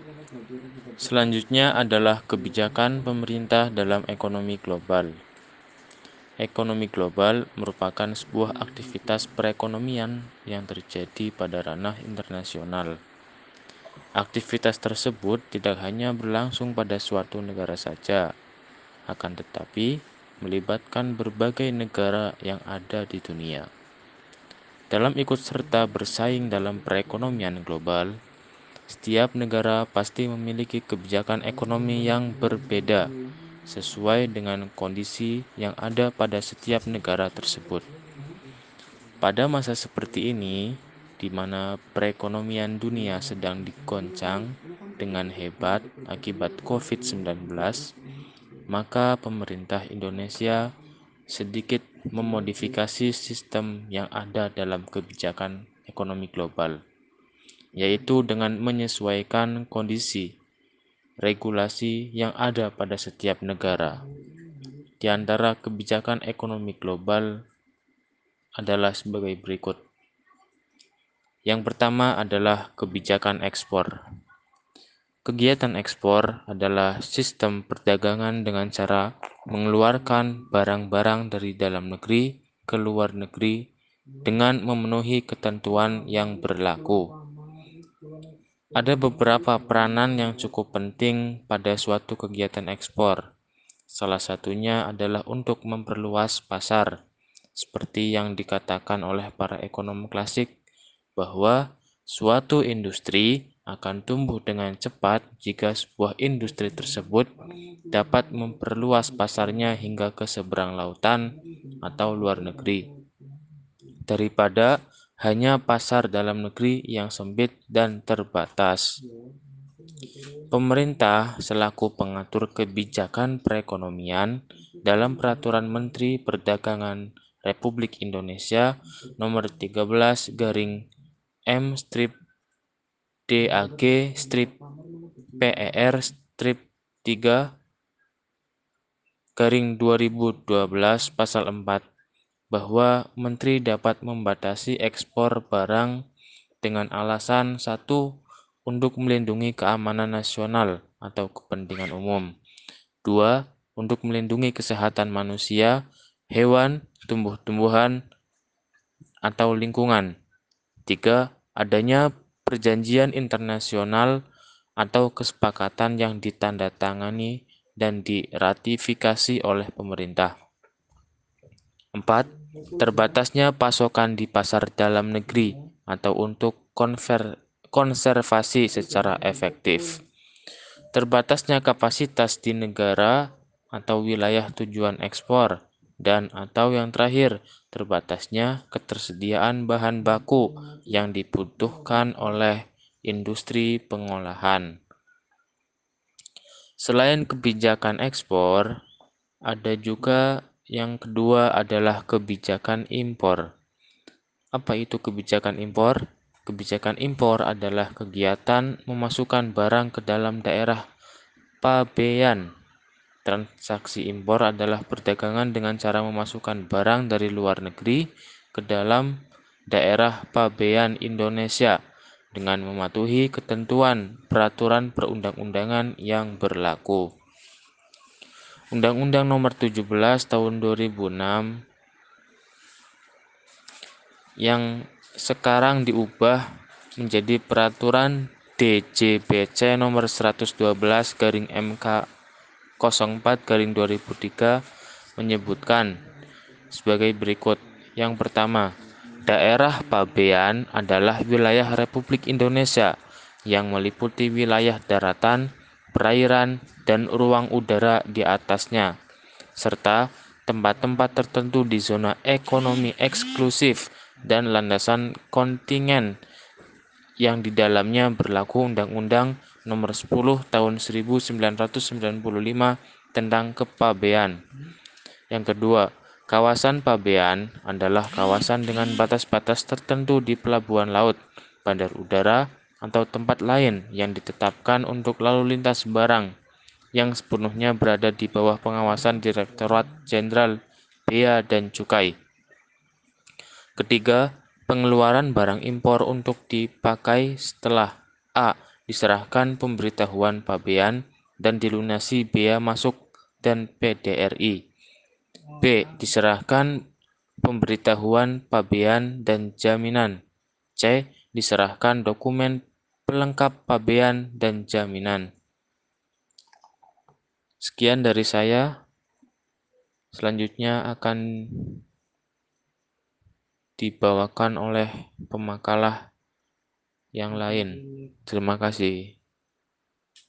Selanjutnya adalah kebijakan pemerintah dalam ekonomi global. Ekonomi global merupakan sebuah aktivitas perekonomian yang terjadi pada ranah internasional. Aktivitas tersebut tidak hanya berlangsung pada suatu negara saja, akan tetapi melibatkan berbagai negara yang ada di dunia. Dalam ikut serta bersaing dalam perekonomian global, setiap negara pasti memiliki kebijakan ekonomi yang berbeda sesuai dengan kondisi yang ada pada setiap negara tersebut. Pada masa seperti ini, di mana perekonomian dunia sedang digoncang dengan hebat akibat COVID-19, maka pemerintah Indonesia sedikit memodifikasi sistem yang ada dalam kebijakan ekonomi global, yaitu dengan menyesuaikan kondisi regulasi yang ada pada setiap negara. Di antara kebijakan ekonomi global adalah sebagai berikut. Yang pertama adalah kebijakan ekspor. Kegiatan ekspor adalah sistem perdagangan dengan cara mengeluarkan barang-barang dari dalam negeri ke luar negeri dengan memenuhi ketentuan yang berlaku. Ada beberapa peranan yang cukup penting pada suatu kegiatan ekspor. Salah satunya adalah untuk memperluas pasar, seperti yang dikatakan oleh para ekonom klasik, bahwa suatu industri akan tumbuh dengan cepat jika sebuah industri tersebut dapat memperluas pasarnya hingga ke seberang lautan atau luar negeri, daripada hanya pasar dalam negeri yang sempit dan terbatas. Pemerintah selaku pengatur kebijakan perekonomian dalam Peraturan Menteri Perdagangan Republik Indonesia Nomor 13 garing M-DAG PER 3 garing 2012 pasal 4 bahwa Menteri dapat membatasi ekspor barang dengan alasan 1. Untuk melindungi keamanan nasional atau kepentingan umum. 2. Untuk melindungi kesehatan manusia, hewan, tumbuh-tumbuhan, atau lingkungan. 3. Adanya perjanjian internasional atau kesepakatan yang ditandatangani dan diratifikasi oleh pemerintah. 4. Terbatasnya pasokan di pasar dalam negeri atau untuk konservasi secara efektif. Terbatasnya kapasitas di negara atau wilayah tujuan ekspor, dan atau yang terakhir, terbatasnya ketersediaan bahan baku yang dibutuhkan oleh industri pengolahan. Selain kebijakan ekspor, ada juga yang kedua adalah kebijakan impor. Apa itu kebijakan impor? Kebijakan impor adalah kegiatan memasukkan barang ke dalam daerah pabean. Transaksi impor adalah perdagangan dengan cara memasukkan barang dari luar negeri ke dalam daerah pabean Indonesia dengan mematuhi ketentuan peraturan perundang-undangan yang berlaku. Undang-Undang Nomor 17 Tahun 2006 yang sekarang diubah menjadi Peraturan DJBC Nomor 112 garing MK 04 garing 2003 menyebutkan sebagai berikut. Yang pertama, daerah pabean adalah wilayah Republik Indonesia yang meliputi wilayah daratan, perairan, dan ruang udara di atasnya, serta tempat-tempat tertentu di zona ekonomi eksklusif dan landasan kontingen yang di dalamnya berlaku Undang-Undang Nomor 10 Tahun 1995 tentang kepabean. Yang kedua, kawasan pabean adalah kawasan dengan batas-batas tertentu di pelabuhan laut, bandar udara, atau tempat lain yang ditetapkan untuk lalu lintas barang yang sepenuhnya berada di bawah pengawasan Direktorat Jenderal Bea dan Cukai. Ketiga, pengeluaran barang impor untuk dipakai setelah A. diserahkan pemberitahuan pabean dan dilunasi bea masuk dan PDRI. B. Diserahkan pemberitahuan pabean dan jaminan. C. Diserahkan dokumen pelengkap pabean dan jaminan. Sekian dari saya. Selanjutnya akan dibawakan oleh pemakalah yang lain. Terima kasih.